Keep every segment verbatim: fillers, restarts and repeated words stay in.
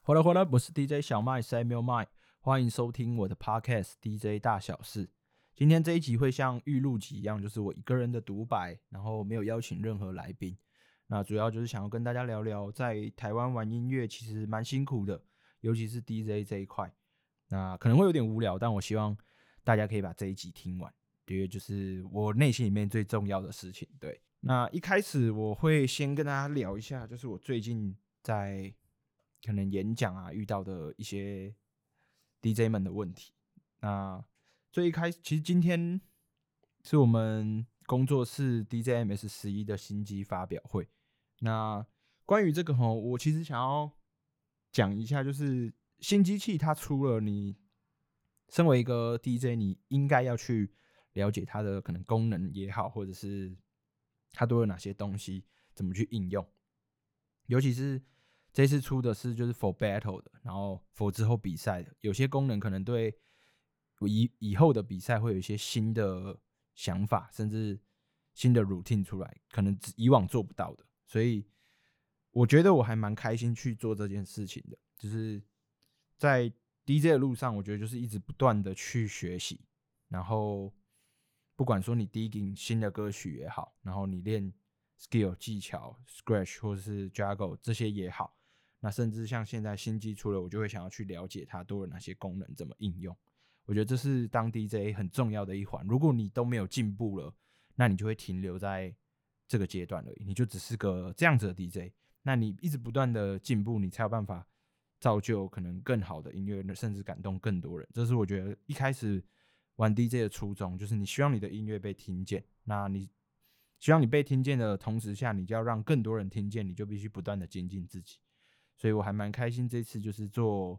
好了好了，我是 D J 小麦 Samuel 麦，欢迎收听我的 Podcast D J 大小事。今天这一集会像预录集一样，就是我一个人的独白，然后没有邀请任何来宾。那主要就是想要跟大家聊聊，在台湾玩音乐其实蛮辛苦的，尤其是 D J 这一块。那可能会有点无聊，但我希望大家可以把这一集听完，因为就是我内心里面最重要的事情。对，那一开始我会先跟大家聊一下，就是我最近在可能演讲啊遇到的一些 D J 们的问题。那最一开始，其实今天是我们工作室 D J M S 十一的新机发表会。那关于这个吼，我其实想要讲一下，就是新机器它出了，你身为一个 D J， 你应该要去了解它的可能功能也好，或者是它都有哪些东西，怎么去应用。尤其是这次出的是就是 for battle 的，然后 for 之后比赛的，有些功能可能对以以后的比赛会有一些新的想法，甚至新的 routine 出来，可能以往做不到的。所以我觉得我还蛮开心去做这件事情的，就是在 D J 的路上，我觉得就是一直不断的去学习，然后不管说你 digging 新的歌曲也好，然后你练 skill 技巧 scratch 或者是 juggle 这些也好，那甚至像现在新机出了，我就会想要去了解它多了哪些功能，怎么应用。我觉得这是当 D J 很重要的一环。如果你都没有进步了，那你就会停留在这个阶段而已，你就只是个这样子的 D J。那你一直不断的进步，你才有办法造就可能更好的音乐，甚至感动更多人。这是我觉得一开始玩 D J 的初衷，就是你希望你的音乐被听见。那你希望你被听见的同时下，你就要让更多人听见，你就必须不断的精进自己。所以我还蛮开心这次就是做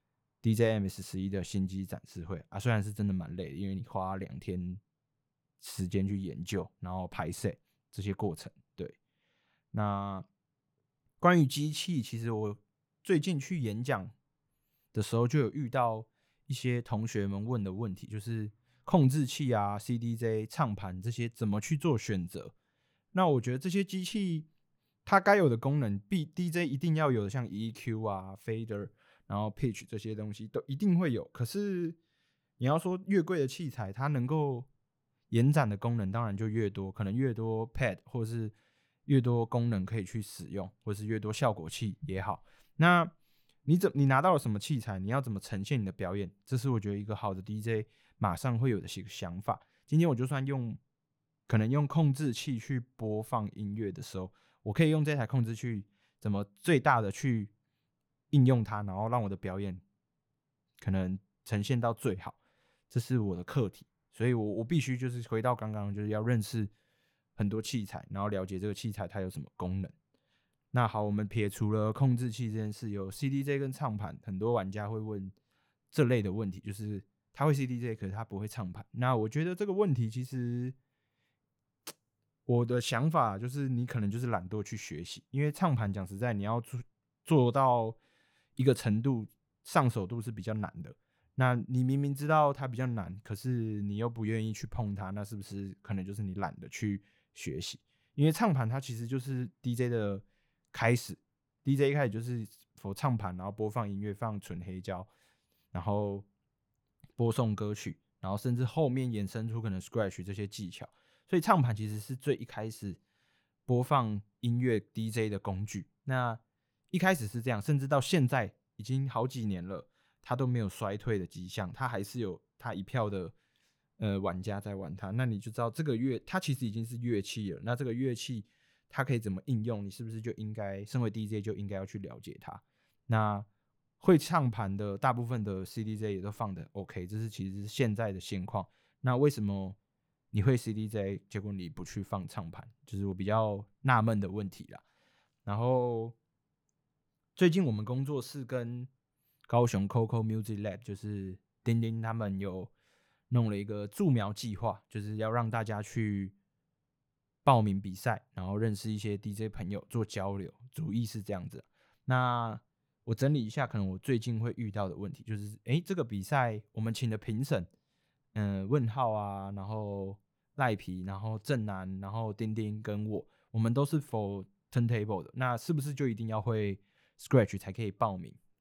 D J M S 十一的新机展示会啊，虽然是真的蛮累的，因为你花两天时间去研究，然后拍摄这些过程。对，那关于机器，其实我最近去演讲的时候，就有遇到一些同学们问的问题，就是控制器啊、C D J、唱盘这些怎么去做选择。那我觉得这些机器它该有的功能，D J 一定要有的，像 E Q 啊、fader， 然后 pitch 这些东西都一定会有。可是你要说越贵的器材，它能够延展的功能当然就越多，可能越多 pad 或是越多功能可以去使用，或是越多效果器也好。那你怎你拿到了什么器材？你要怎么呈现你的表演？这是我觉得一个好的 D J 马上会有的一个想法。今天我就算用可能用控制器去播放音乐的时候，我可以用这台控制器怎么最大的去应用它，然后让我的表演可能呈现到最好。这是我的课题，所以我我必须就是回到刚刚，就是要认识很多器材，然后了解这个器材它有什么功能。那好，我们撇除了控制器这件事，有 C D J 跟唱盘，很多玩家会问这类的问题，就是他会 C D J， 可是他不会唱盘。那我觉得这个问题其实我的想法就是，你可能就是懒惰去学习，因为唱盘讲实在，你要做到一个程度，上手度是比较难的。那你明明知道它比较难，可是你又不愿意去碰它，那是不是可能就是你懒得去学习？因为唱盘它其实就是 D J 的开始 ，D J 一开始就是 for 唱盘，然后播放音乐，放纯黑胶，然后播送歌曲，然后甚至后面衍生出可能 scratch 这些技巧。所以唱盘其实是最一开始播放音乐 D J 的工具。那一开始是这样，甚至到现在已经好几年了，它都没有衰退的迹象，它还是有它一票的呃玩家在玩它。那你就知道这个乐它其实已经是乐器了。那这个乐器它可以怎么应用，你是不是就应该身为 D J 就应该要去了解它？那会唱盘的大部分的 C D J 也都放的 OK， 这是其实是现在的现况。那为什么你会 C D J， 结果你不去放唱盘，就是我比较纳闷的问题啦。然后最近我们工作室跟高雄 Coco Music Lab， 就是丁丁他们有弄了一个助苗计划，就是要让大家去报名比赛，然后认识一些 D J 朋友做交流，主意是这样子。那我整理一下，可能我最近会遇到的问题，就是，哎，这个比赛我们请的评审，嗯、呃，问号啊，然后赖皮，然后正南，然后丁丁跟我，我们都是 for turntable 的，那是不是就一定要会 scratch 才可以报名？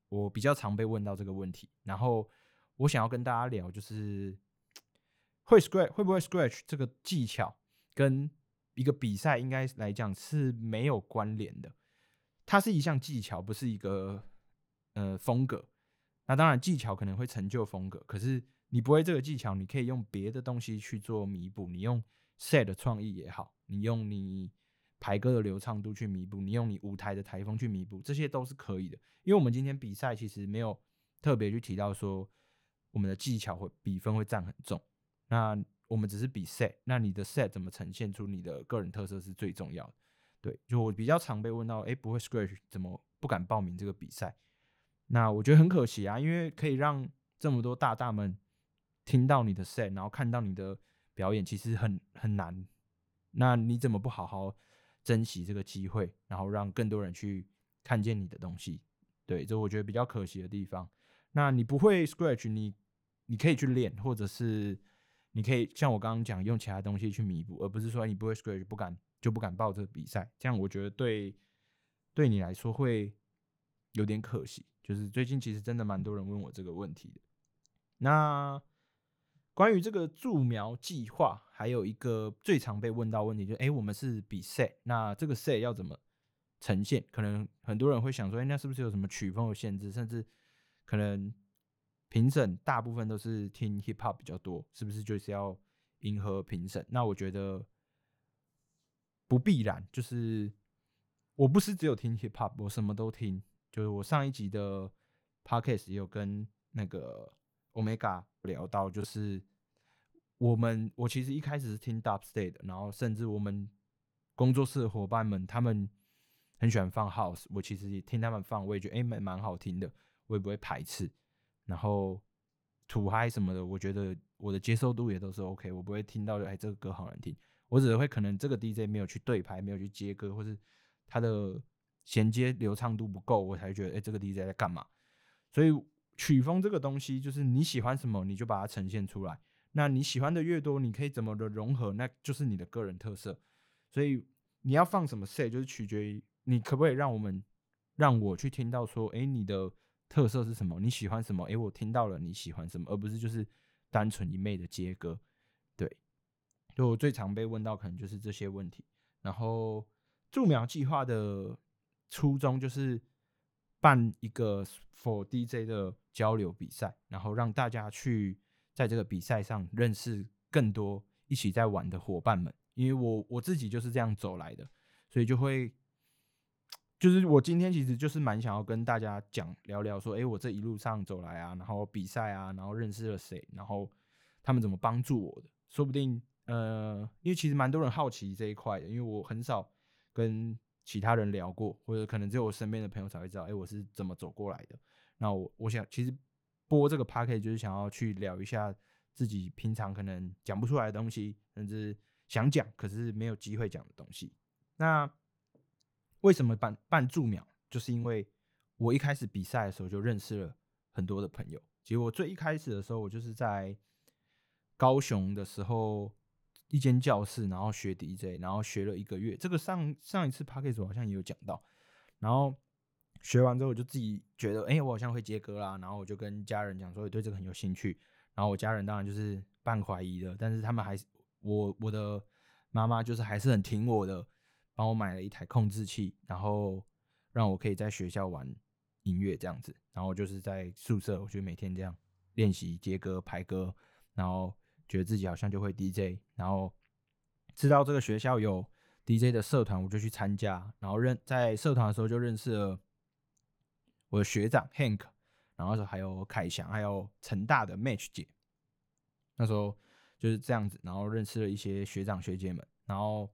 我比较常被问到这个问题，然后我想要跟大家聊，就是会 scratch 会不会 scratch 这个技巧跟一个比赛应该来讲是没有关联的，它是一项技巧，不是一个呃风格。那当然技巧可能会成就风格，可是你不会这个技巧，你可以用别的东西去做弥补，你用 set 的创意也好，你用你排歌的流畅度去弥补，你用你舞台的台风去弥补，这些都是可以的。因为我们今天比赛其实没有特别去提到说我们的技巧会比分会占很重，那我们只是比 set， 那你的 set 怎么呈现出你的个人特色是最重要的。对，就我比较常被问到，哎、欸，不会 scratch 怎么不敢报名这个比赛？那我觉得很可惜啊，因为可以让这么多大大们听到你的 set， 然后看到你的表演，其实很很难。那你怎么不好好珍惜这个机会，然后让更多人去看见你的东西？对，这我觉得比较可惜的地方。那你不会 scratch， 你你可以去练，或者是你可以像我刚刚讲，用其他东西去弥补，而不是说你不会 scratch 不敢就不敢报这个比赛。这样我觉得对对你来说会有点可惜。就是最近其实真的蛮多人问我这个问题的。那关于这个助苗计划，还有一个最常被问到的问题就是，哎、欸，我们是比 set， 那这个 set 要怎么呈现？可能很多人会想说，欸，那是不是有什么曲风的限制？甚至可能评审大部分都是听 hip hop 比较多，是不是就是要迎合评审？那我觉得不必然，就是我不是只有听 hip hop， 我什么都听。就是我上一集的 podcast 也有跟那个 Omega 聊到，就是我们我其实一开始是听 Dubstep 的，然后甚至我们工作室的伙伴们他们很喜欢放 House， 我其实也听他们放，我也觉得哎蛮蛮好听的，我也不会排斥。然后土嗨什么的，我觉得我的接受度也都是 OK， 我不会听到哎这个歌好难听，我只是会可能这个 D J 没有去对拍，没有去接歌，或是他的衔接流畅度不够，我才觉得哎、欸、这个 D J 在干嘛。所以曲风这个东西就是你喜欢什么你就把它呈现出来，那你喜欢的越多，你可以怎么的融合，那就是你的个人特色。所以你要放什么 set 就是取决于你可不可以让我们让我去听到说，哎、欸，你的特色是什么，你喜欢什么，哎、欸，我听到了你喜欢什么，而不是就是单纯一昧的接歌。对，就我最常被问到可能就是这些问题。然后助苗计划的初衷就是办一个 for D J 的交流比赛，然后让大家去在这个比赛上认识更多一起在玩的伙伴们。因为我我自己就是这样走来的，所以就会就是我今天其实就是蛮想要跟大家讲聊聊说，哎、欸，我这一路上走来啊，然后比赛啊，然后认识了谁，然后他们怎么帮助我的，说不定呃，因为其实蛮多人好奇这一块的，因为我很少跟其他人聊过，或者可能只有我身边的朋友才会知道，哎、欸，我是怎么走过来的。那我我想其实播这个 podcast 就是想要去聊一下自己平常可能讲不出来的东西，甚至想讲可是没有机会讲的东西。那为什么办办助苗？就是因为我一开始比赛的时候就认识了很多的朋友。其实我最一开始的时候，我就是在高雄的时候一间教室，然后学 D J， 然后学了一个月。这个上上一次 podcast 我好像也有讲到。然后学完之后，我就自己觉得，哎、欸，我好像会接歌啦。然后我就跟家人讲说，我对这个很有兴趣。然后我家人当然就是半怀疑的，但是他们还是我我的妈妈就是还是很挺我的，帮我买了一台控制器，然后让我可以在学校玩音乐这样子。然后就是在宿舍，我就每天这样练习接歌、排歌，然后觉得自己好像就会 D J， 然后知道这个学校有 D J 的社团，我就去参加。然后认在社团的时候就认识了我的学长 Hank， 然后还有凯翔，还有成大的 Match 姐。那时候就是这样子，然后认识了一些学长学姐们，然后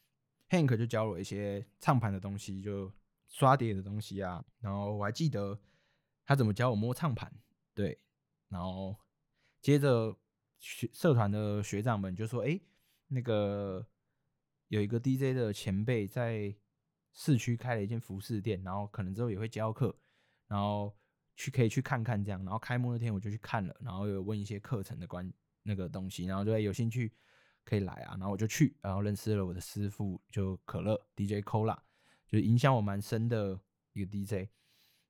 Hank 就教我一些唱盘的东西，就刷碟的东西啊。然后我还记得他怎么教我摸唱盘，对。然后接着社团的学长们就说：“哎、欸，那个有一个 D J 的前辈在市区开了一间服饰店，然后可能之后也会教课，然后去可以去看看这样。”然后开幕那天我就去看了，然后有问一些课程的关那个东西，然后就有兴趣可以来啊，然后我就去，然后认识了我的师傅，就可乐 D J Cola， 就影响我蛮深的一个 D J。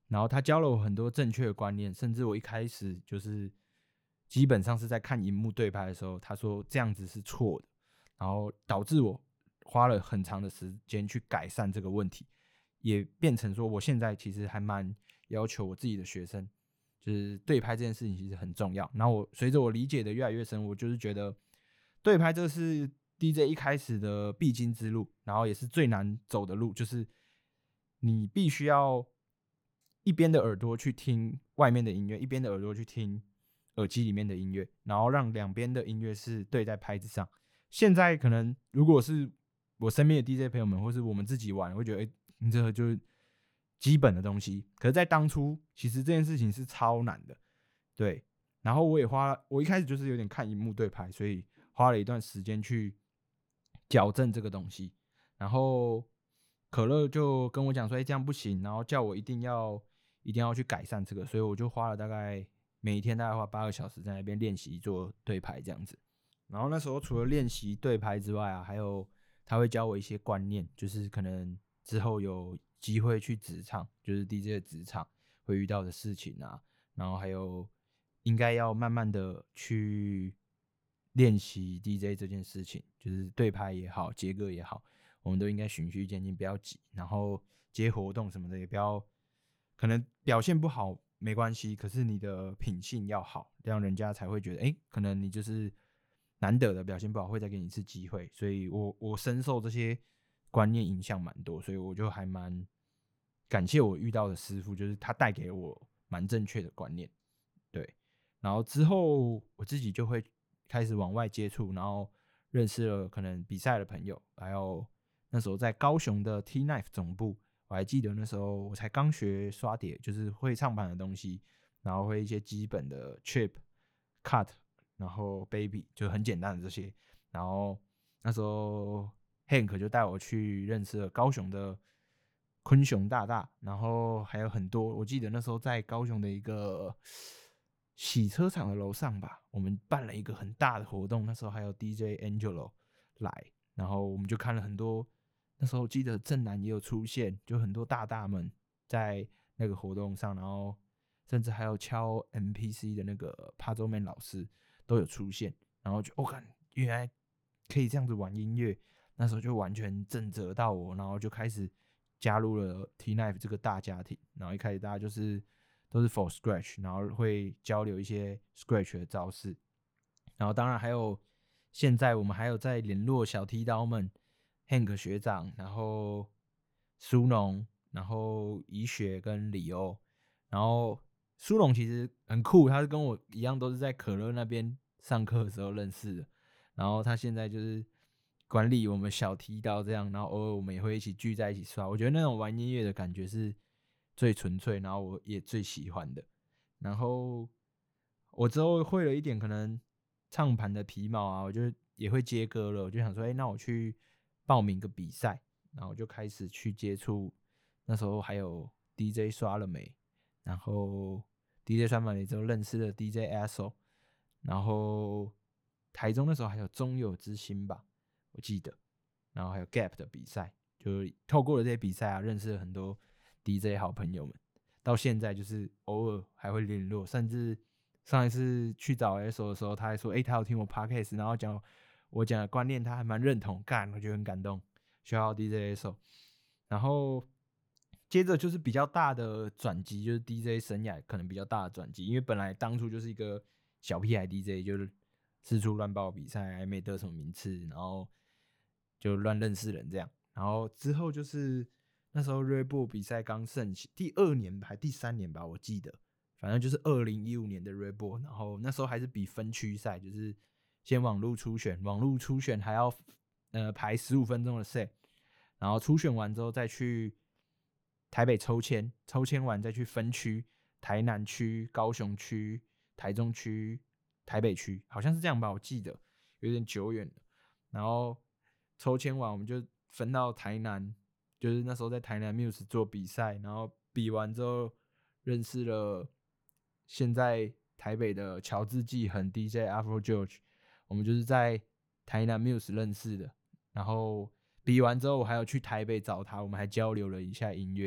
然后他教了我很多正确的观念，甚至我一开始就是基本上是在看荧幕对拍的时候，他说这样子是错的，然后导致我花了很长的时间去改善这个问题，也变成说我现在其实还蛮要求我自己的学生，就是对拍这件事情其实很重要。然后我随着我理解的越来越深，我就是觉得对拍这是 D J 一开始的必经之路，然后也是最难走的路，就是你必须要一边的耳朵去听外面的音乐，一边的耳朵去听耳机里面的音乐，然后让两边的音乐是对在拍子上。现在可能如果是我身边的 D J 朋友们，或是我们自己玩，会觉得哎、欸，你这个就是基本的东西。可是，在当初，其实这件事情是超难的，对。然后我也花了，我一开始就是有点看荧幕对拍，所以花了一段时间去矫正这个东西。然后可乐就跟我讲说，哎、欸，这样不行，然后叫我一定要一定要去改善这个，所以我就花了大概每一天大概花八个小时在那边练习做对拍这样子。然后那时候除了练习对拍之外啊，还有他会教我一些观念，就是可能之后有机会去职场，就是 D J 的职场会遇到的事情啊，然后还有应该要慢慢的去练习 D J 这件事情，就是对拍也好，接歌也好，我们都应该循序渐进，不要急，然后接活动什么的也不要，可能表现不好没关系，可是你的品性要好，这样人家才会觉得，哎、欸，可能你就是难得的表现不好，会再给你一次机会。所以我我深受这些观念影响蛮多，所以我就还蛮感谢我遇到的师傅，就是他带给我蛮正确的观念，对。然后之后我自己就会开始往外接触，然后认识了可能比赛的朋友，还有那时候在高雄的 T-Knife 总部，我还记得那时候我才刚学刷碟，就是会唱盘的东西，然后会一些基本的 chip、cut， 然后 baby 就很简单的这些。然后那时候 Hank 就带我去认识了高雄的昆雄大大，然后还有很多，我记得那时候在高雄的一个洗车场的楼上吧，我们办了一个很大的活动，那时候还有 D J Angelo 来，然后我们就看了很多，那时候记得正南也有出现，就很多大大们在那个活动上，然后甚至还有敲 M P C 的那个 Puzzle Man 老师都有出现，然后就我看、哦、原来可以这样子玩音乐，那时候就完全震慑到我，然后就开始加入了 T-Knife 这个大家庭，然后一开始大家就是都是 for Scratch， 然后会交流一些 Scratch 的招式，然后当然还有现在我们还有在联络小剃刀们 Hank 学长，然后苏农，然后怡雪跟李欧，然后苏农其实很酷，他是跟我一样都是在可乐那边上课的时候认识的，然后他现在就是管理我们小剃刀这样，然后偶尔我们也会一起聚在一起刷，我觉得那种玩音乐的感觉是最纯粹，然后我也最喜欢的。然后我之后会了一点可能唱盘的皮毛啊，我就也会接歌了，我就想说，哎、欸，那我去报名个比赛，然后我就开始去接触。那时候还有 D J 刷了没，然后 D J 刷完了之后认识了 D J Aso， 然后台中那时候还有中友之星吧，我记得，然后还有 Gap 的比赛，就透过了这些比赛啊，认识了很多 D J 好朋友们。到现在就是偶尔还会联络，甚至上一次去找 S O 的时候，他还说：“哎、欸，他有听我 podcast， 然后讲我讲的观念，他还蛮认同，干，我觉得很感动。”需要 D J S O， 然后接着就是比较大的转机，就是 D J 生涯可能比较大的转机，因为本来当初就是一个小屁孩 D J， 就是四处乱报比赛，还没得什么名次，然后就乱认识人这样。然后之后就是那时候 Red Bull 比赛刚盛行，第二年还第三年吧，我记得，反正就是二零一五年的 Red Bull。然后那时候还是比分区赛，就是先网路初选，网路初选还要呃排十五分钟的 set， 然后初选完之后再去台北抽签，抽签完再去分区，台南区、高雄区、台中区、台北区，好像是这样吧，我记得有点久远了。然后抽签完，我们就分到台南，就是那时候在台南 Muse 做比赛，然后比完之后认识了现在台北的乔治纪恒 D J Afro George， 我们就是在台南 Muse 认识的。然后比完之后，我还有去台北找他，我们还交流了一下音乐。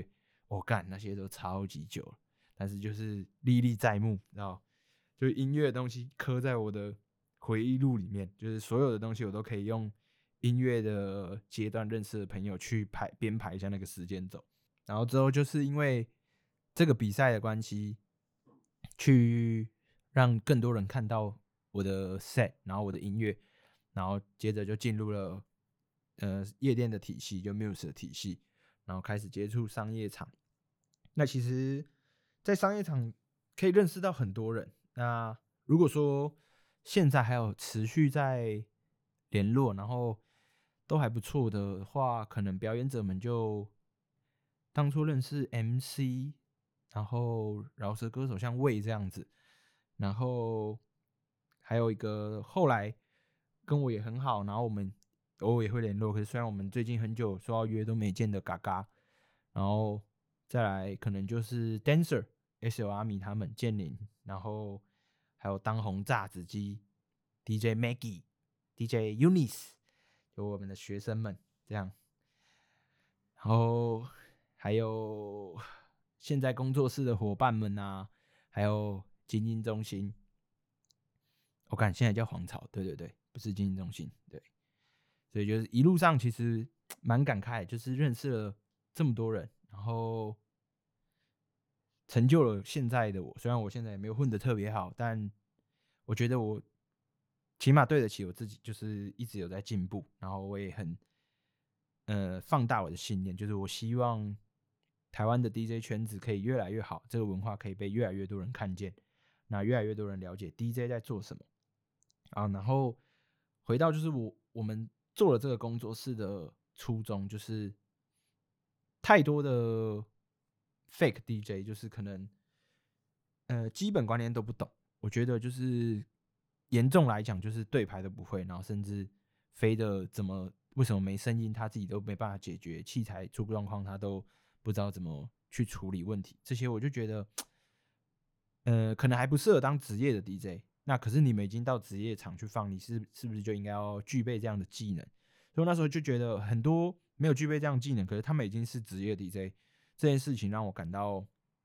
我干那些都超级久了，但是就是历历在目，知道？就是音乐的东西刻在我的回忆录里面，就是所有的东西我都可以用音乐的阶段认识的朋友去排编排一下那个时间轴。然后之后就是因为这个比赛的关系，去让更多人看到我的 set， 然后我的音乐，然后接着就进入了呃夜店的体系，就 Muse 的体系，然后开始接触商业场。那其实，在商业场可以认识到很多人。那如果说现在还有持续在联络，然后都还不错的话，可能表演者们就当初认识 M C， 然后饶舌歌手像魏这样子，然后还有一个后来跟我也很好，然后我们偶尔也会联络。可是虽然我们最近很久说要约都没见的嘎嘎，然后再来可能就是 Dancer S L 阿米他们建宁，然后还有当红炸子鸡 D J Maggie、D J Eunice， 就我们的学生们这样，然后还有现在工作室的伙伴们啊，还有精英中心，我看现在叫黄巢，对对对，不是精英中心，对，所以就是一路上其实蛮感慨，就是认识了这么多人，然后成就了现在的我。虽然我现在也没有混得特别好，但我觉得我起码对得起我自己，就是一直有在进步，然后我也很呃放大我的信念，就是我希望台湾的 D J 圈子可以越来越好，这个文化可以被越来越多人看见，那越来越多人了解 D J 在做什么啊。然后回到就是我我们做了这个工作室的初衷，就是太多的 fake D J， 就是可能呃基本观念都不懂。我觉得就是严重来讲，就是对牌都不会，然后甚至飞的怎么为什么没声音，他自己都没办法解决，器材出状况他都不知道怎么去处理问题。这些我就觉得，呃，可能还不适合当职业的 D J。那可是你们已经到职业场去放，你是是不是就应该要具备这样的技能？所以我那时候就觉得很多没有具备这样的技能，可是他们已经是职业 D J， 这件事情让我感到，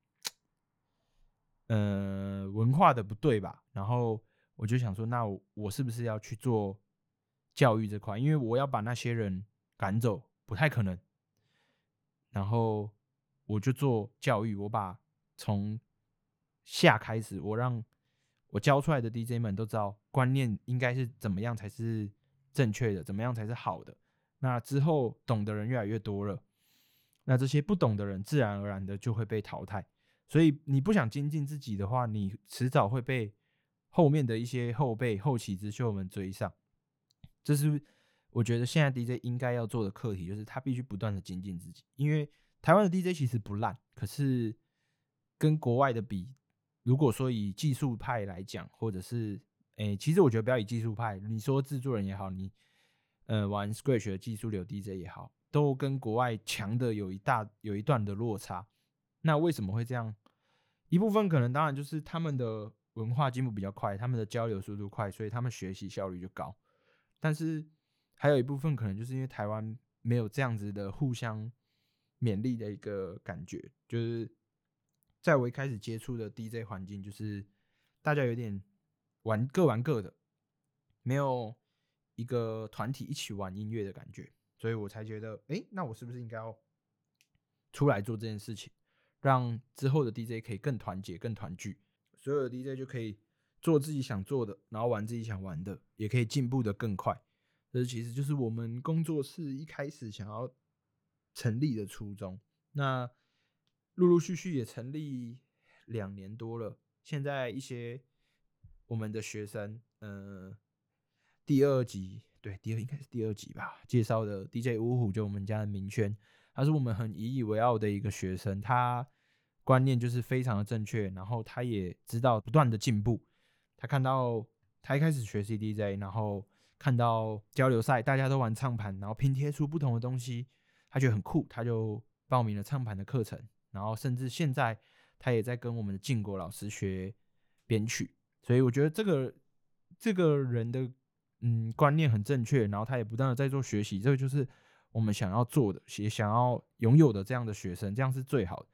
呃，文化的不对吧？然后我就想说，那 我, 我是不是要去做教育这块？因为我要把那些人赶走，不太可能。然后我就做教育，我把从下开始，我让我教出来的 D J 们都知道观念应该是怎么样才是正确的，怎么样才是好的。那之后懂的人越来越多了，那这些不懂的人自然而然的就会被淘汰。所以你不想精进自己的话，你迟早会被后面的一些后辈、后起之秀们追上。这是我觉得现在 D J 应该要做的课题，就是他必须不断的精进自己。因为台湾的 D J 其实不烂，可是跟国外的比，如果说以技术派来讲，或者是诶、欸，其实我觉得不要以技术派，你说制作人也好，你呃玩 Scratch 的技术流 D J 也好，都跟国外强的有一大有一段的落差。那为什么会这样？一部分可能当然就是他们的文化进步比较快，他们的交流速度快，所以他们学习效率就高。但是还有一部分可能就是因为台湾没有这样子的互相勉励的一个感觉，就是在我一开始接触的 D J 环境，就是大家有点玩各玩各的，没有一个团体一起玩音乐的感觉，所以我才觉得，哎、欸，那我是不是应该要出来做这件事情，让之后的 D J 可以更团结、更团聚，所有的 D J 就可以做自己想做的，然后玩自己想玩的，也可以进步的更快。这其实就是我们工作室一开始想要成立的初衷。那陆陆续续也成立两年多了，现在一些我们的学生，呃，第二集对，第二应该是第二集吧，介绍的 D J 五虎，就我们家的明轩，他是我们很引以为傲的一个学生，他观念就是非常的正确，然后他也知道不断的进步。他看到他一开始学 C D J， 然后看到交流赛大家都玩唱盘，然后拼贴出不同的东西，他觉得很酷，他就报名了唱盘的课程，然后甚至现在他也在跟我们的靖国老师学编曲。所以我觉得这个这个人的嗯观念很正确，然后他也不断的在做学习，这个就是我们想要做的，也想要拥有的这样的学生，这样是最好的。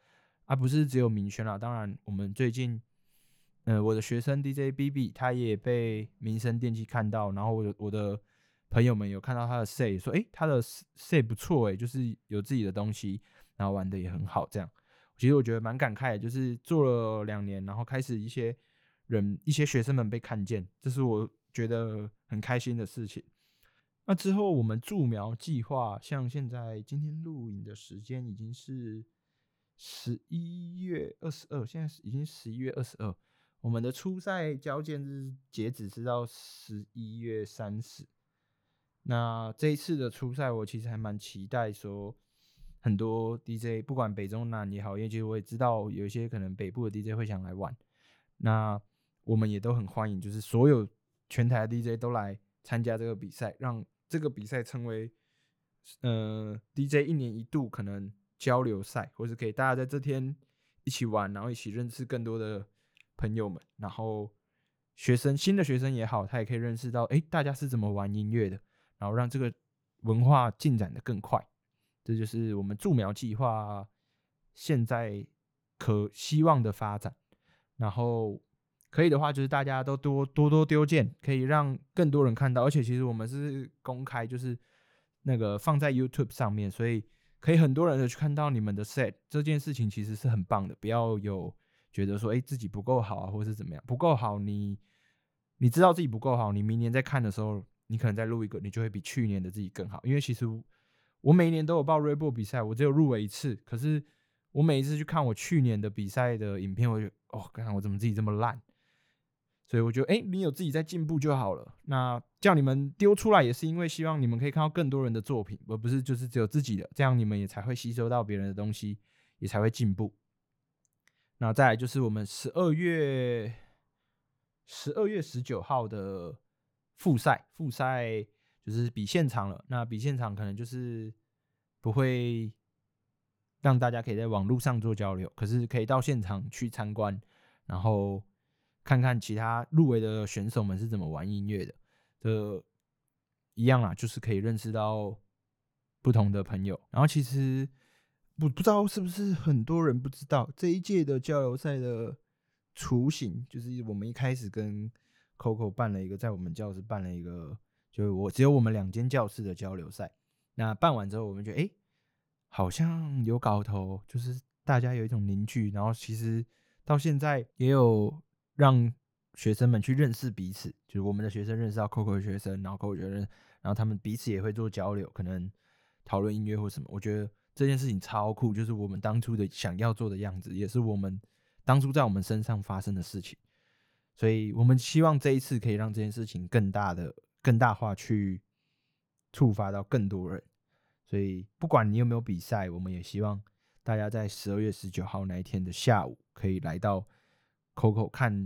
啊，不是只有民轩啦，当然我们最近，呃，我的学生 D J B B 他也被民生电器看到，然后我我的朋友们有看到他的 set， 说，哎、欸，他的 set 不错，哎，就是有自己的东西，然后玩的也很好，这样，其实我觉得蛮感慨的，就是做了两年，然后开始一些人、一些学生们被看见，这是我觉得很开心的事情。那之后我们助苗计划，像现在今天录影的时间已经是十一月二十二，现在已经十一月二十二，我们的初赛交件日截止是到十一月三十。那这一次的初赛，我其实还蛮期待说，很多 D J 不管北中南也好，因为其实我也知道有一些可能北部的 D J 会想来玩，那我们也都很欢迎，就是所有全台的 D J 都来参加这个比赛，让这个比赛成为呃 D J 一年一度可能交流赛，或是可以大家在这天一起玩，然后一起认识更多的朋友们，然后学生新的学生也好，他也可以认识到，哎、欸，大家是怎么玩音乐的，然后让这个文化进展的更快。这就是我们助苗计划现在可希望的发展。然后可以的话，就是大家都多多多丢件，可以让更多人看到。而且其实我们是公开，就是那个放在 YouTube 上面，所以可以很多人的去看到你们的 set。这件事情其实是很棒的，不要有觉得说，哎、欸，自己不够好啊，或是怎么样，不够好你，你知道自己不够好，你明年再看的时候，你可能再录一个，你就会比去年的自己更好。因为其实我每一年都有报 Red Bull 比赛，我只有入围一次，可是我每一次去看我去年的比赛的影片，我就哦，看我怎么自己这么烂。所以我觉得，哎、欸，你有自己在进步就好了。那叫你们丢出来，也是因为希望你们可以看到更多人的作品，而不是就是只有自己的，这样你们也才会吸收到别人的东西，也才会进步。那再来就是我们十二月十二月十九号的复赛，复赛就是比现场了。那比现场可能就是不会让大家可以在网络上做交流，可是可以到现场去参观，然后看看其他入围的选手们是怎么玩音乐的。这一样啦，就是可以认识到不同的朋友。然后其实不不知道是不是很多人不知道，这一届的交流赛的雏形，就是我们一开始跟 Coco 办了一个，在我们教室办了一个，就是我只有我们两间教室的交流赛。那办完之后，我们觉得哎、欸，好像有搞头，就是大家有一种凝聚，然后其实到现在也有让学生们去认识彼此，就是我们的学生认识到 Coco 的学生，然后 Coco 学生，然后他们彼此也会做交流，可能讨论音乐或什么。我觉得这件事情超酷，就是我们当初的想要做的样子，也是我们当初在我们身上发生的事情。所以我们希望这一次可以让这件事情更大的、更大化，去触发到更多人。所以不管你有没有比赛，我们也希望大家在十二月十九号那一天的下午，可以来到 Coco 看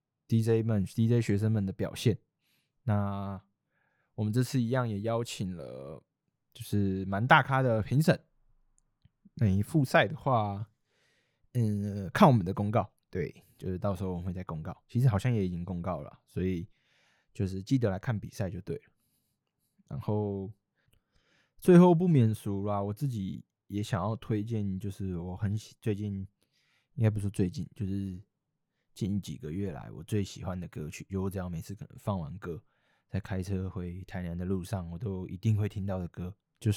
D J 们、D J 学生们的表现。那我们这次一样也邀请了，就是蛮大咖的评审。那你复赛的话，嗯，看我们的公告，对，就是到时候我们会再公告。其实好像也已经公告了，所以就是记得来看比赛就对了。然后最后不免俗啦，我自己也想要推荐，就是我很喜最近应该不是最近，就是近几个月来我最喜欢的歌曲，就我只要每次可能放完歌，在开车回台南的路上，我都一定会听到的歌，就是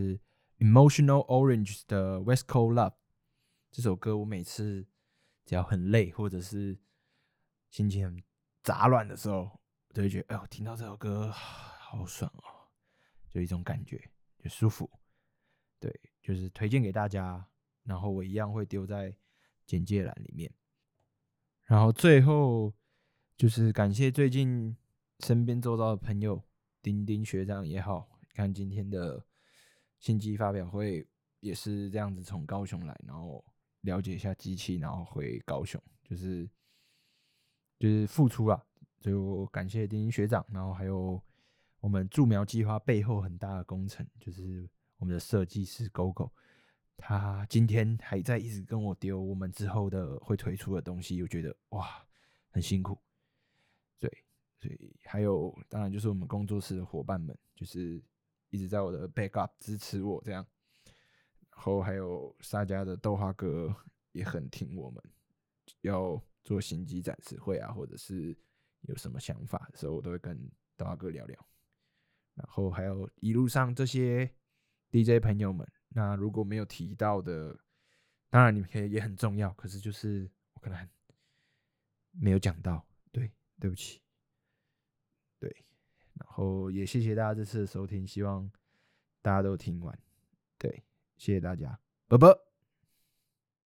Emotional Orange 的 West Coast Love。这首歌我每次只要很累或者是心情很杂乱的时候，我都会觉得，哎呦，听到这首歌好爽哦，就一种感觉，就舒服。对，就是推荐给大家，然后我一样会丢在简介栏里面。然后最后就是感谢最近身边周遭的朋友，丁丁学长也好，看今天的新机发表会也是这样子从高雄来，然后了解一下机器，然后回高雄，就是就是付出啦，就感谢丁丁学长，然后还有我们助苗计划背后很大的工程，就是我们的设计师 Gogo， 他今天还在一直跟我丢我们之后的会推出的东西，我觉得哇很辛苦，对，所以还有当然就是我们工作室的伙伴们，就是一直在我的 backup 支持我这样。然后还有沙家的豆花哥也很挺我们，要做新机展示会啊，或者是有什么想法的时候，我都会跟刀阿哥聊聊。然后还有一路上这些 D J 朋友们，那如果没有提到的，当然你们可以也很重要，可是就是我可能没有讲到，对，对不起，对。然后也谢谢大家这次的收听，希望大家都听完，对，谢谢大家，啵啵。